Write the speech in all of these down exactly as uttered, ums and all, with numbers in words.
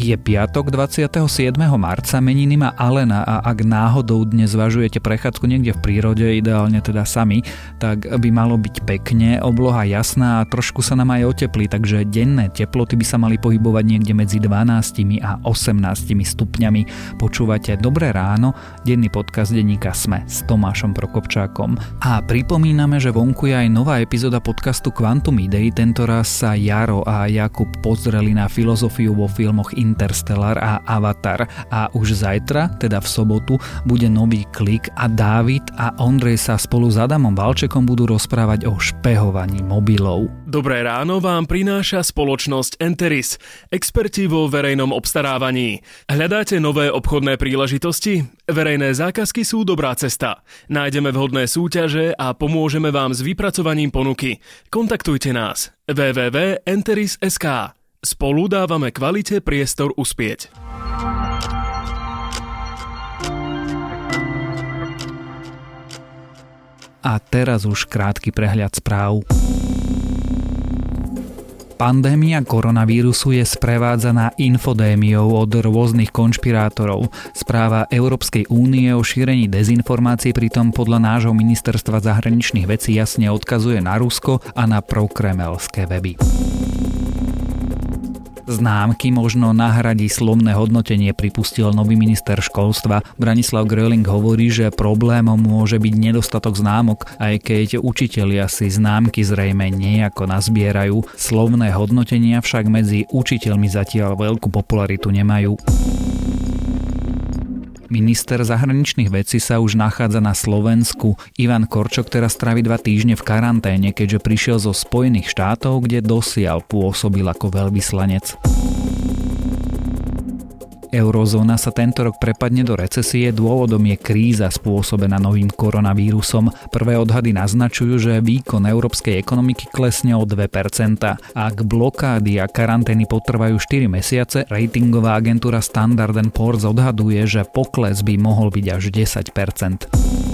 Je piatok dvadsiateho siedmeho marca, meniny má Alena a ak náhodou dnes zvažujete prechádzku niekde v prírode, ideálne teda sami, tak by malo byť pekne, obloha jasná a trošku sa nám aj oteplí, takže denné teploty by sa mali pohybovať niekde medzi dvanástimi a osemnástimi stupňami. Počúvate Dobré ráno, denný podcast denníka SME s Tomášom Prokopčákom. A pripomíname, že vonku je aj nová epizóda podcastu Quantum Idei, tentoraz sa Jaro a Jakub pozreli na filozofiu vo filmoch Interstellar a Avatar a už zajtra, teda v sobotu, bude nový Klik a Dávid a Ondrej sa spolu s Adamom Valčekom budú rozprávať o špehovaní mobilov. Dobré ráno vám prináša spoločnosť Enteris, experti vo verejnom obstarávaní. Hľadáte nové obchodné príležitosti? Verejné zákazky sú dobrá cesta. Nájdeme vhodné súťaže a pomôžeme vám s vypracovaním ponuky. Kontaktujte nás w w w bodka enteris bodka es ká. Spolu dávame kvalite priestor uspieť. A teraz už krátky prehľad správ. Pandémia koronavírusu je sprevádzaná infodémiou od rôznych konšpirátorov. Správa Európskej únie o šírení dezinformácií pritom podľa nášho ministerstva zahraničných vecí jasne odkazuje na Rusko a na prokremelské weby. Známky možno nahradí slovné hodnotenie, pripustil nový minister školstva. Branislav Gröling hovorí, že problémom môže byť nedostatok známok, aj keď učitelia si známky zrejme nejako nazbierajú. Slovné hodnotenia však medzi učiteľmi zatiaľ veľkú popularitu nemajú. Minister zahraničných vecí sa už nachádza na Slovensku. Ivan Korčok teraz trávi dva týždne v karanténe, keďže prišiel zo Spojených štátov, kde dosiaľ pôsobil ako veľvyslanec. Eurozóna sa tento rok prepadne do recesie, dôvodom je kríza spôsobená novým koronavírusom. Prvé odhady naznačujú, že výkon európskej ekonomiky klesne o dve percentá. Ak blokády a karantény potrvajú štyri mesiace, ratingová agentúra Standard and Poor's odhaduje, že pokles by mohol byť až desať percent.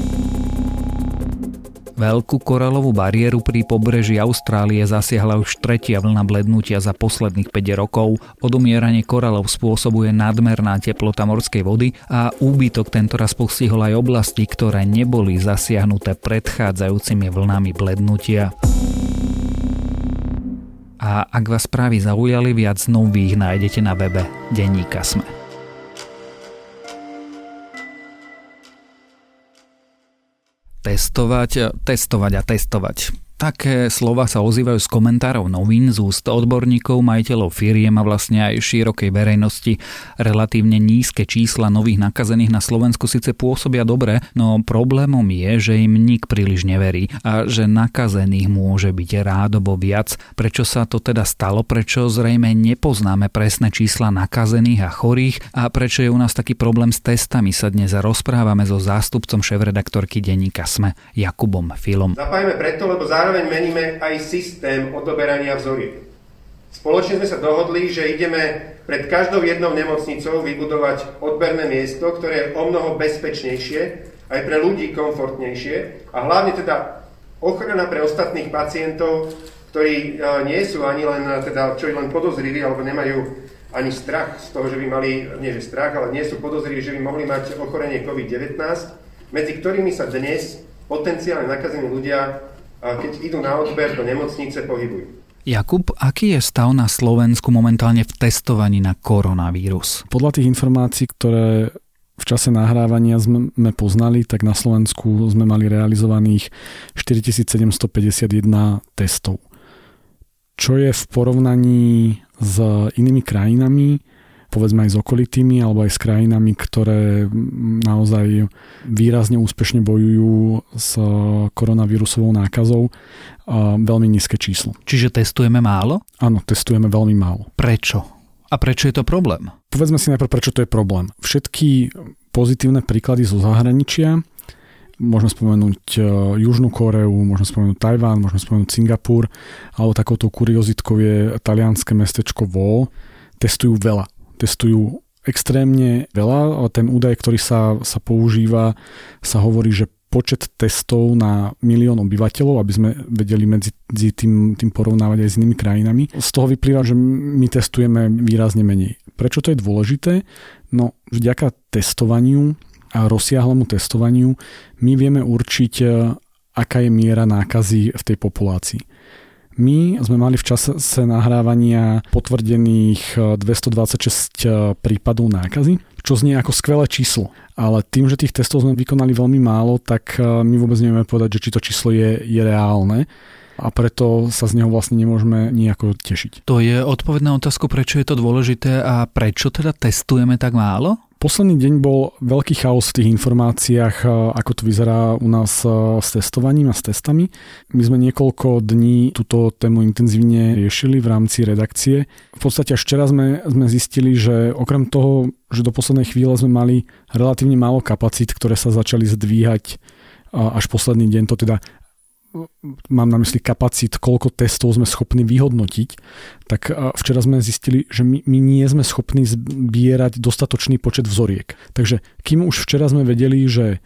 Veľkú koralovú bariéru pri pobreží Austrálie zasiahla už tretia vlna blednutia za posledných päť rokov. Odumieranie koralov spôsobuje nadmerná teplota morskej vody a úbytok tentoraz postihol aj oblasti, ktoré neboli zasiahnuté predchádzajúcimi vlnami blednutia. A ak vás správy zaujali, viac nových nájdete na webe denníka SME. Testovať, testovať a testovať. Také slova sa ozývajú z komentárov novín, z úst odborníkov, majiteľov firiem a vlastne aj širokej verejnosti. Relatívne nízke čísla nových nakazených na Slovensku síce pôsobia dobre, no problémom je, že im nik príliš neverí a že nakazených môže byť rádobo viac. Prečo sa to teda stalo? Prečo zrejme nepoznáme presné čísla nakazených a chorých a prečo je u nás taký problém s testami, sa dnes rozprávame so zástupcom šéfredaktorky denníka SME Jakubom Filom. Zapájame preto, lebo zároveň Zároveň meníme aj systém odoberania vzoriek. Spoločne sme sa dohodli, že ideme pred každou jednou nemocnicou vybudovať odberné miesto, ktoré je omnoho bezpečnejšie, aj pre ľudí komfortnejšie a hlavne teda ochrana pre ostatných pacientov, ktorí nie sú ani len, teda, čo len podozriví alebo nemajú ani strach z toho, že by mali, nie že strach, ale nie sú podozriví, že by mohli mať ochorenie covid devätnásť, medzi ktorými sa dnes potenciálne nakazení ľudia, keď idú na odber do nemocnice, pohybujú. Jakub, aký je stav na Slovensku momentálne v testovaní na koronavírus? Podľa tých informácií, ktoré v čase nahrávania sme poznali, tak na Slovensku sme mali realizovaných štyritisícsedemstopäťdesiatjeden testov. Čo je v porovnaní s inými krajinami, povedzme aj s okolitými alebo aj s krajinami, ktoré naozaj výrazne úspešne bojujú s koronavírusovou nákazou, veľmi nízke číslo. Čiže testujeme málo? Áno, testujeme veľmi málo. Prečo? A prečo je to problém? Povedzme si najprv, prečo to je problém. Všetky pozitívne príklady zo zahraničia, môžeme spomenúť Južnú Kóreu, môžeme spomenúť Tajván, môžeme spomenúť Singapur, alebo takouto kuriozitkou je talianske mestečko Vo, testujú veľa. Testujú extrémne veľa. Ten údaj, ktorý sa, sa používa, sa hovorí, že počet testov na milión obyvateľov, aby sme vedeli medzi tým, tým porovnávať aj s inými krajinami. Z toho vyplýva, že my testujeme výrazne menej. Prečo to je dôležité? No, vďaka testovaniu a rozsiahlemu testovaniu my vieme určiť, aká je miera nákazy v tej populácii. My sme mali v čase nahrávania potvrdených dvestodvadsaťšesť prípadov nákazy, čo znie ako skvelé číslo. Ale tým, že tých testov sme vykonali veľmi málo, tak my vôbec nevieme povedať, že či to číslo je, je reálne. A preto sa z neho vlastne nemôžeme nejako tešiť. To je odpoveď na otázku, prečo je to dôležité a prečo teda testujeme tak málo? Posledný deň bol veľký chaos v tých informáciách, ako to vyzerá u nás s testovaním a s testami. My sme niekoľko dní túto tému intenzívne riešili v rámci redakcie. V podstate až včera sme, sme zistili, že okrem toho, že do poslednej chvíle sme mali relatívne málo kapacít, ktoré sa začali zdvíhať až posledný deň, to teda mám na mysli kapacít, koľko testov sme schopní vyhodnotiť, tak včera sme zistili, že my, my nie sme schopní zbierať dostatočný počet vzoriek. Takže kým už včera sme vedeli, že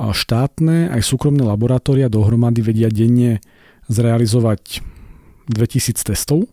štátne aj súkromné laboratória dohromady vedia denne zrealizovať dvetisíc testov,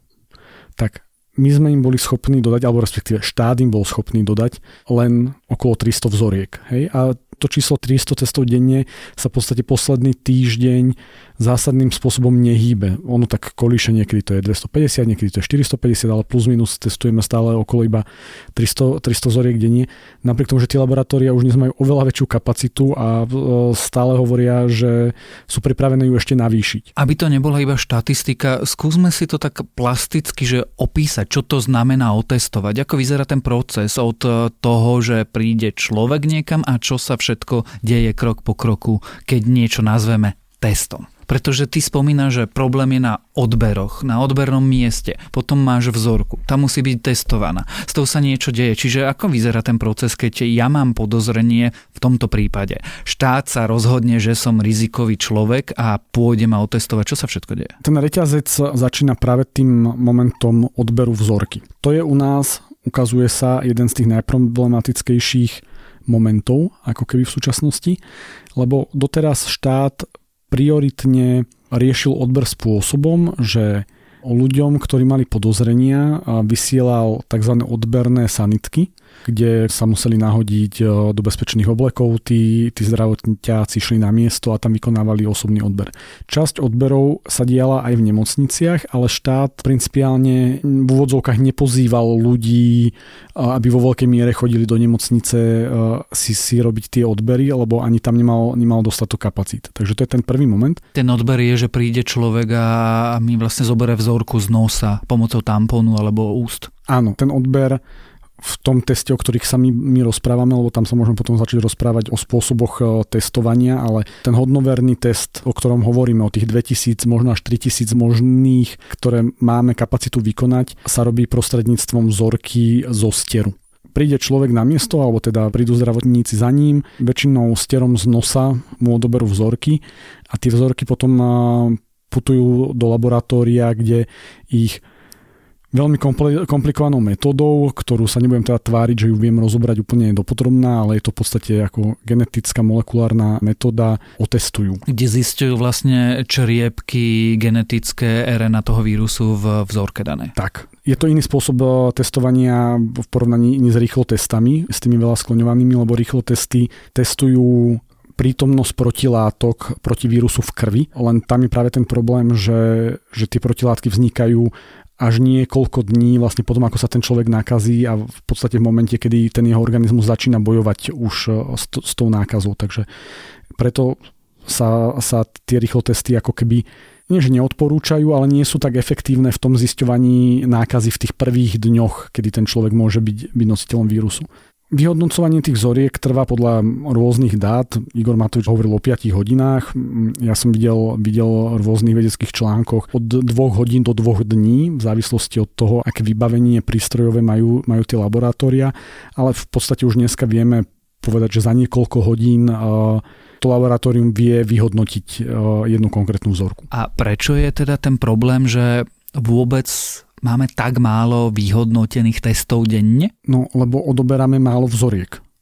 tak my sme im boli schopní dodať, alebo respektíve štát im bol schopný dodať len okolo tristo vzoriek. Hej? A to číslo tristo testov denne sa v podstate posledný týždeň zásadným spôsobom nehýbe. Ono tak kolíše, niekedy to je dvestopäťdesiat, niekedy to je štyristopäťdesiat, ale plus minus testujeme stále okolo iba tristo, tristo vzoriek denne. Napriek tomu, že tie laboratória už dnes majú oveľa väčšiu kapacitu a stále hovoria, že sú pripravené ju ešte navýšiť. Aby to nebola iba štatistika, skúsme si to tak plasticky, že opísať, čo to znamená otestovať. Ako vyzerá ten proces od toho, že príde človek niekam a čo sa všetko deje krok po kroku, keď niečo nazveme testom. Pretože ty spomínaš, že problém je na odberoch, na odbernom mieste. Potom máš vzorku. Tá musí byť testovaná. Z toho sa niečo deje. Čiže ako vyzerá ten proces, keď ja mám podozrenie v tomto prípade? Štát sa rozhodne, že som rizikový človek a pôjde ma otestovať. Čo sa všetko deje? Ten reťazec začína práve tým momentom odberu vzorky. To je u nás, ukazuje sa, jeden z tých najproblematickejších momentov, ako keby v súčasnosti, lebo doteraz štát prioritne riešil odber spôsobom, že ľuďom, ktorí mali podozrenia, vysielal tzv. Odberné sanitky, kde sa museli nahodiť do bezpečných oblekov, tí, tí zdravotniťáci šli na miesto a tam vykonávali osobný odber. Časť odberov sa diala aj v nemocniciach, ale štát principiálne v úvodzovkách nepozýval ľudí, aby vo veľkej miere chodili do nemocnice si, si robiť tie odbery, lebo ani tam nemal, nemal dostatok kapacít. Takže to je ten prvý moment. Ten odber je, že príde človek a mi vlastne zoberie vzorku z nosa pomocou tampónu alebo úst. Áno, ten odber v tom teste, o ktorých sa my, my rozprávame, lebo tam sa môžeme potom začať rozprávať o spôsoboch testovania, ale ten hodnoverný test, o ktorom hovoríme, o tých dvetisíc, možno až tritisíc možných, ktoré máme kapacitu vykonať, sa robí prostredníctvom vzorky zo steru. Príde človek na miesto, alebo teda prídu zdravotníci za ním, väčšinou sterom z nosa mu odoberú vzorky a tie vzorky potom putujú do laboratória, kde ich veľmi komplikovanou metódou, ktorú sa nebudem teda tváriť, že ju viem rozobrať úplne dopodrobná, ale je to v podstate ako genetická molekulárna metóda, otestujú. Kde zistujú vlastne čriepky genetické er en á toho vírusu v vzorke danej. Tak. Je to iný spôsob testovania v porovnaní s rýchlotestami, s tými veľa skloňovanými, lebo rýchlotesty testujú prítomnosť protilátok proti vírusu v krvi, len tam je práve ten problém, že, že tie protilátky vznikajú až niekoľko dní vlastne potom, ako sa ten človek nakazí a v podstate v momente, kedy ten jeho organizmus začína bojovať už s, s tou nákazou. Takže preto sa, sa tie rýchlotesty ako keby nie, že neodporúčajú, ale nie sú tak efektívne v tom zisťovaní nákazy v tých prvých dňoch, kedy ten človek môže byť, byť nositeľom vírusu. Vyhodnocovanie tých vzoriek trvá podľa rôznych dát. Igor Matovič hovoril o piatich hodinách. Ja som videl, videl v rôznych vedeckých článkoch od dvoch hodín do dvoch dní, v závislosti od toho, aké vybavenie prístrojové majú, majú tie laboratória. Ale v podstate už dneska vieme povedať, že za niekoľko hodín to laboratórium vie vyhodnotiť jednu konkrétnu vzorku. A prečo je teda ten problém, že vôbec máme tak málo vyhodnotených testov denne? No, lebo odoberáme málo vzoriek.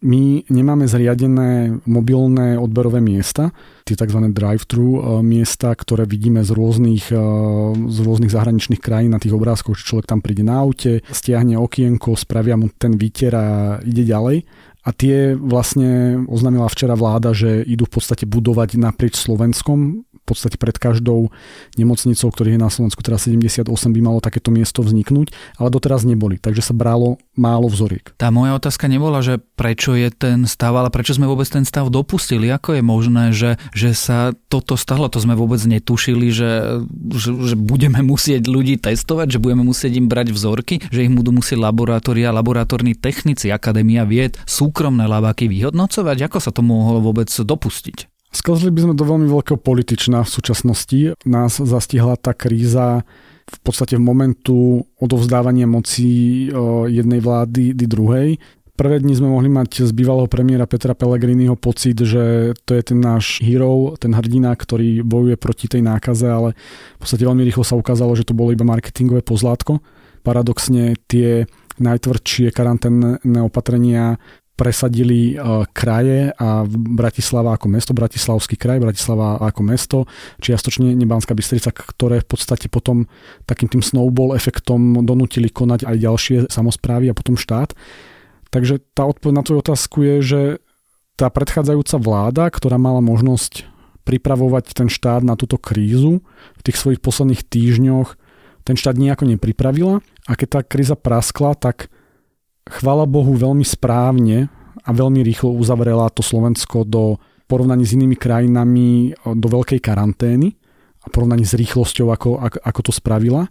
My nemáme zriadené mobilné odberové miesta, tie tzv. Drive-thru miesta, ktoré vidíme z rôznych, z rôznych zahraničných krajín na tých obrázkoch, že človek tam príde na aute, stiahne okienko, spravia mu ten výter a ide ďalej. A tie vlastne oznámila včera vláda, že idú v podstate budovať naprieč Slovenskom. V podstate pred každou nemocnicou, ktorých je na Slovensku teraz sedemdesiatosem, by malo takéto miesto vzniknúť, ale doteraz neboli, takže sa bralo málo vzoriek. Tá moja otázka nebola, že prečo je ten stav, ale prečo sme vôbec ten stav dopustili? Ako je možné, že, že sa toto stalo? To sme vôbec netušili, že, že, že budeme musieť ľudí testovať, že budeme musieť im brať vzorky, že ich budú musieť laboratória, laboratórni technici, akadémia vied, súkromné labáky vyhodnocovať? Ako sa to mohlo vôbec dopustiť? Sklzli by sme do veľmi veľkého politična v súčasnosti. Nás zastihla tá kríza v podstate v momentu odovzdávania moci jednej vlády do druhej. Prvé dni sme mohli mať z bývalého premiéra Petra Pellegriniho pocit, že to je ten náš hero, ten hrdina, ktorý bojuje proti tej nákaze, ale v podstate veľmi rýchlo sa ukázalo, že to bolo iba marketingové pozlátko. Paradoxne tie najtvrdšie karanténne opatrenia presadili kraje a Bratislava ako mesto, Bratislavský kraj, Bratislava ako mesto, čiastočne Banská Bystrica, ktoré v podstate potom takým tým snowball efektom donútili konať aj ďalšie samosprávy a potom štát. Takže tá odpoveď na tvoju otázku je, že tá predchádzajúca vláda, ktorá mala možnosť pripravovať ten štát na túto krízu, v tých svojich posledných týždňoch ten štát nejako nepripravila a keď tá kríza praskla, tak chvála Bohu veľmi správne a veľmi rýchlo uzavrela to Slovensko do porovnaní s inými krajinami do veľkej karantény a porovnaní s rýchlosťou, ako, ako, ako to spravila.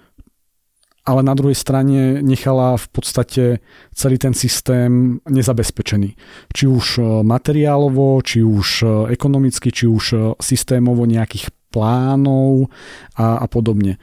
Ale na druhej strane nechala v podstate celý ten systém nezabezpečený. Či už materiálovo, či už ekonomicky, či už systémovo nejakých plánov a, a podobne.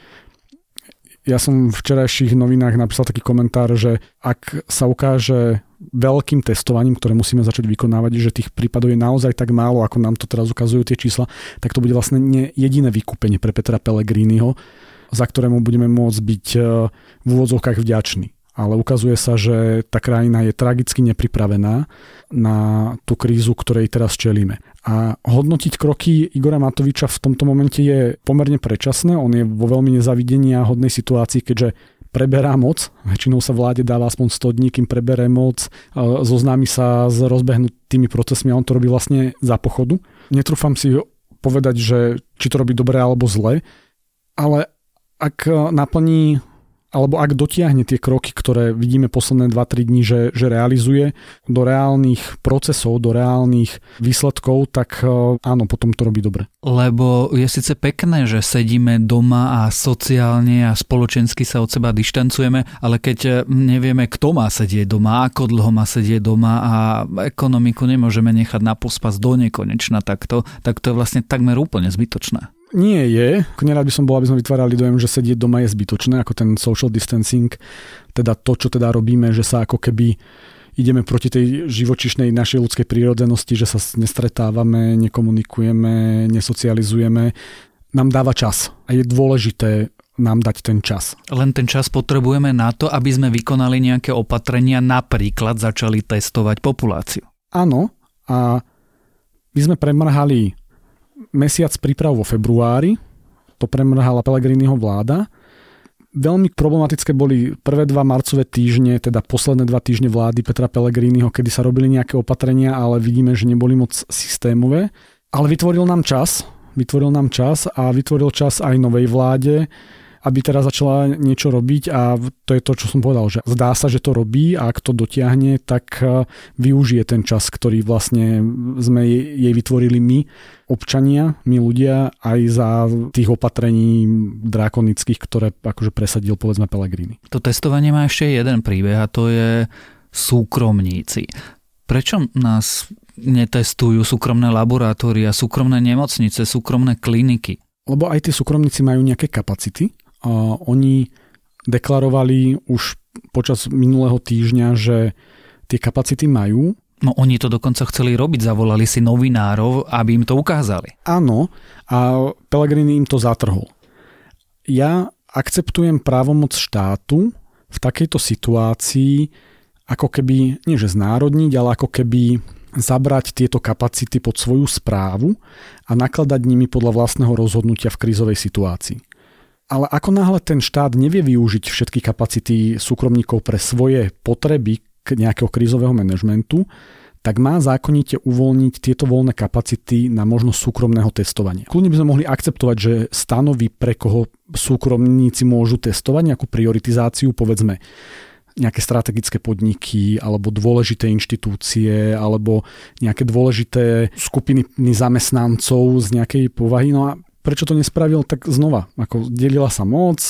Ja som v včerajších novinách napísal taký komentár, že ak sa ukáže veľkým testovaním, ktoré musíme začať vykonávať, že tých prípadov je naozaj tak málo, ako nám to teraz ukazujú tie čísla, tak to bude vlastne jediné vykúpenie pre Petra Pellegriniho, za ktorému budeme môcť byť v úvodzovkách vďační. Ale ukazuje sa, že tá krajina je tragicky nepripravená na tú krízu, ktorej teraz čelíme. A hodnotiť kroky Igora Matoviča v tomto momente je pomerne predčasné. On je vo veľmi nezavidenia hodnej situácii, keďže preberá moc. Väčšinou sa vláde dáva aspoň sto dní, kým preberé moc. Zoznámi sa s rozbehnutými procesmi a on to robí vlastne za pochodu. Netrúfam si povedať, že či to robí dobre alebo zle, ale ak naplní alebo ak dotiahne tie kroky, ktoré vidíme posledné dva tri dní, že, že realizuje do reálnych procesov, do reálnych výsledkov, tak áno, potom to robí dobre. Lebo je síce pekné, že sedíme doma a sociálne a spoločensky sa od seba dištancujeme, ale keď nevieme, kto má sedieť doma, ako dlho má sedieť doma a ekonomiku nemôžeme nechať na pospas do nekonečna takto, tak to je vlastne takmer úplne zbytočné. Nie je. Nerád by som bol, aby sme vytvárali dojem, že sedieť doma je zbytočné, ako ten social distancing, teda to, čo teda robíme, že sa ako keby ideme proti tej živočíšnej našej ľudskej prírodzenosti, že sa nestretávame, nekomunikujeme, nesocializujeme, nám dáva čas a je dôležité nám dať ten čas. Len ten čas potrebujeme na to, aby sme vykonali nejaké opatrenia, napríklad začali testovať populáciu. Áno, a my sme premrhali mesiac príprav vo februári, to premrhala Pellegriniho vláda. Veľmi problematické boli prvé dva marcové týždne, teda posledné dva týždne vlády Petra Pellegriniho, kedy sa robili nejaké opatrenia, ale vidíme, že neboli moc systémové. Ale vytvoril nám čas, vytvoril nám čas a vytvoril čas aj novej vláde, aby teraz začala niečo robiť a to je to, čo som povedal, že zdá sa, že to robí a ak to dotiahne, tak využije ten čas, ktorý vlastne sme jej vytvorili my, občania, my ľudia, aj za tých opatrení drakonických, ktoré akože presadil povedzme Pellegrini. To testovanie má ešte jeden príbeh a to je súkromníci. Prečo nás netestujú súkromné laboratória, súkromné nemocnice, súkromné kliniky? Lebo aj tí súkromníci majú nejaké kapacity. Uh, oni deklarovali už počas minulého týždňa, že tie kapacity majú. No oni to dokonca chceli robiť, zavolali si novinárov, aby im to ukázali. Áno, a Pellegrini im to zatrhol. Ja akceptujem právomoc štátu v takejto situácii ako keby, nie že znárodniť, ale ako keby zabrať tieto kapacity pod svoju správu a nakladať nimi podľa vlastného rozhodnutia v krízovej situácii. Ale ako náhle ten štát nevie využiť všetky kapacity súkromníkov pre svoje potreby nejakého krízového manažmentu, tak má zákonite uvoľniť tieto voľné kapacity na možnosť súkromného testovania. Kľudne by sme mohli akceptovať, že stanoví, pre koho súkromníci môžu testovať, nejakú prioritizáciu, povedzme nejaké strategické podniky, alebo dôležité inštitúcie, alebo nejaké dôležité skupiny zamestnancov z nejakej povahy. No a prečo to nespravil, tak znova, ako delila sa moc,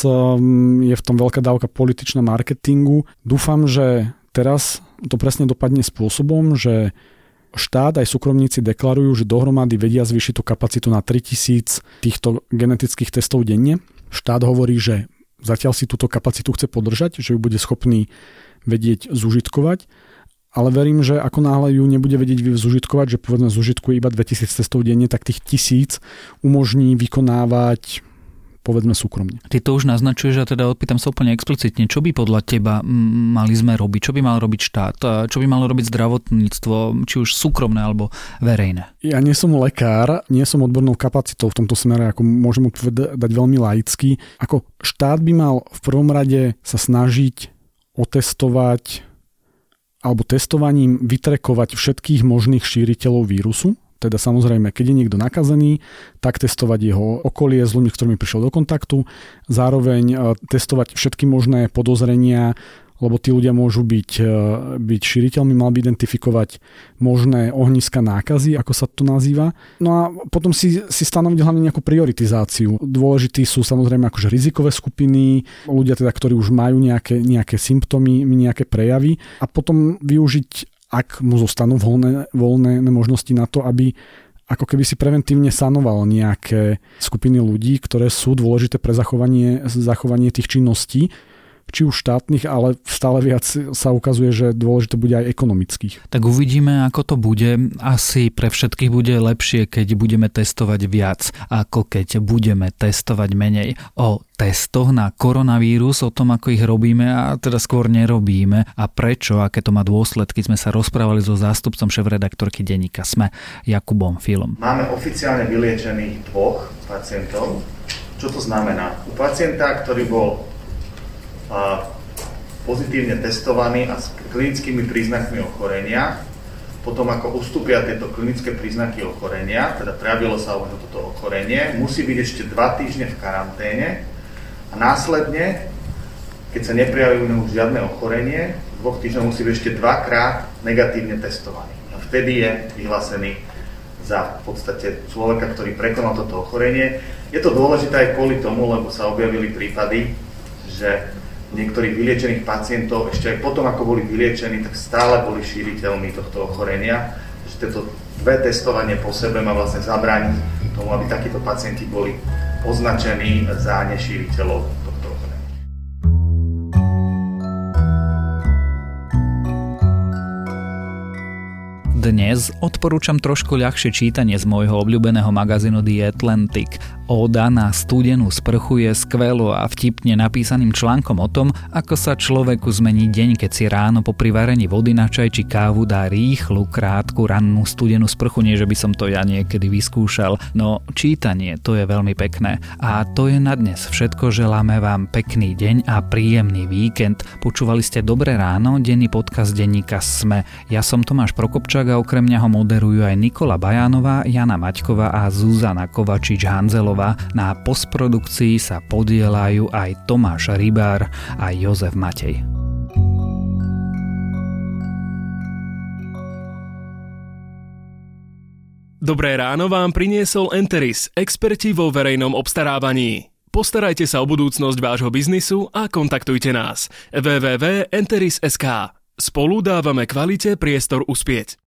je v tom veľká dávka političného marketingu. Dúfam, že teraz to presne dopadne spôsobom, že štát aj súkromníci deklarujú, že dohromady vedia zvýšiť tú kapacitu na tritisíc týchto genetických testov denne. Štát hovorí, že zatiaľ si túto kapacitu chce podržať, že ju bude schopný vedieť zužitkovať, ale verím, že ako náhle ju nebude vedieť zužitkovať, že povedzme zužitkuje iba dvetisíc testov denne, tak tých tisíc umožní vykonávať povedzme súkromne. Ty to už naznačuješ a teda odpýtam sa úplne explicitne, čo by podľa teba mali sme robiť, čo by mal robiť štát, čo by malo robiť zdravotníctvo, či už súkromné alebo verejné? Ja nie som lekár, nie som odbornou kapacitou v tomto smere, ako môžem odpovedať veľmi laicky. Ako štát by mal v prvom rade sa snažiť otestovať alebo testovaním vytrekovať všetkých možných šíriteľov vírusu. Teda samozrejme, keď je niekto nakazený, tak testovať jeho okolie s ľuďmi, s ktorými prišiel do kontaktu. Zároveň testovať všetky možné podozrenia, lebo tí ľudia môžu byť, byť šíriteľmi, mal by identifikovať možné ohniska nákazy, ako sa to nazýva. No a potom si, si stanoviť hlavne nejakú prioritizáciu. Dôležití sú samozrejme akože rizikové skupiny, ľudia teda, ktorí už majú nejaké, nejaké symptómy, nejaké prejavy a potom využiť, ak mu zostanú voľné, voľné možnosti na to, aby ako keby si preventívne sanoval nejaké skupiny ľudí, ktoré sú dôležité pre zachovanie, zachovanie tých činností, či už štátnych, ale stále viac sa ukazuje, že dôležité bude aj ekonomických. Tak uvidíme, ako to bude. Asi pre všetkých bude lepšie, keď budeme testovať viac, ako keď budeme testovať menej. O testoch na koronavírus, o tom, ako ich robíme a teda skôr nerobíme a prečo, aké to má dôsledky, sme sa rozprávali so zástupcom šéfredaktorky denníka SME, Jakubom Filom. Máme oficiálne vyliečených dvoch pacientov. Čo to znamená? U pacienta, ktorý bol a pozitívne testovaný a s klinickými príznakmi ochorenia. Potom ako ustúpia tieto klinické príznaky ochorenia, teda prejavilo sa už toto ochorenie, musí byť ešte dva týždne v karanténe a následne, keď sa neprejaví už žiadne ochorenie, v dvoch týždňoch musí byť ešte dvakrát negatívne testovaný. A vtedy je vyhlásený za v podstate človeka, ktorý prekonal toto ochorenie. Je to dôležité aj kvôli tomu, lebo sa objavili prípady, že niektorých vyliečených pacientov ešte aj potom, ako boli vyliečení, tak stále boli šíriteľmi tohto ochorenia. Že tieto dve testovanie po sebe má vlastne zabrániť tomu, aby takíto pacienti boli označení za nešíriteľov tohto ochorenia. Dnes odporúčam trošku ľahšie čítanie z môjho obľúbeného magazínu The Atlantic. Óda na studenú sprchu je skvelo a vtipne napísaným článkom o tom, ako sa človeku zmení deň, keď si ráno po privarení vody na čaj či kávu dá rýchlu, krátku, rannú studenú sprchu. Nie, že by som to ja niekedy vyskúšal, no čítanie, to je veľmi pekné. A to je na dnes všetko, želáme vám pekný deň a príjemný víkend. Počúvali ste Dobré ráno, denný podcast denníka SME. Ja som Tomáš Prokopčák a okrem mňa ho moderujú aj Nikola Bajánová, Jana Maťková a Zuzana Kovačič-Hanzelová. Na postprodukcii sa podieľajú aj Tomáš Rybár a Jozef Matej. Dobré ráno vám priniesol Enteris, experti vo verejnom obstarávaní. Postarajte sa o budúcnosť vášho biznisu a kontaktujte nás. w w w bodka enteris bodka es ká. Spolu dávame kvalite priestor uspieť.